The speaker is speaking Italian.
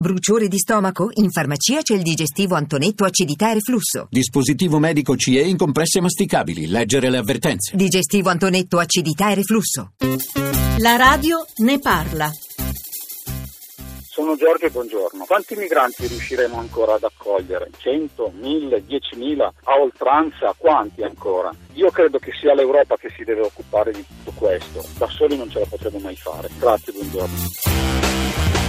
Bruciore di stomaco? In farmacia c'è il digestivo Antonetto acidità e reflusso. Dispositivo medico CE in compresse masticabili. Leggere le avvertenze. Digestivo Antonetto acidità e reflusso. La radio ne parla. Sono Giorgio e buongiorno. Quanti migranti riusciremo ancora ad accogliere? 100, 1000, 10.000? A oltranza? Quanti ancora? Io credo che sia l'Europa che si deve occupare di tutto questo. Da soli non ce la potremo mai fare. Grazie, buongiorno.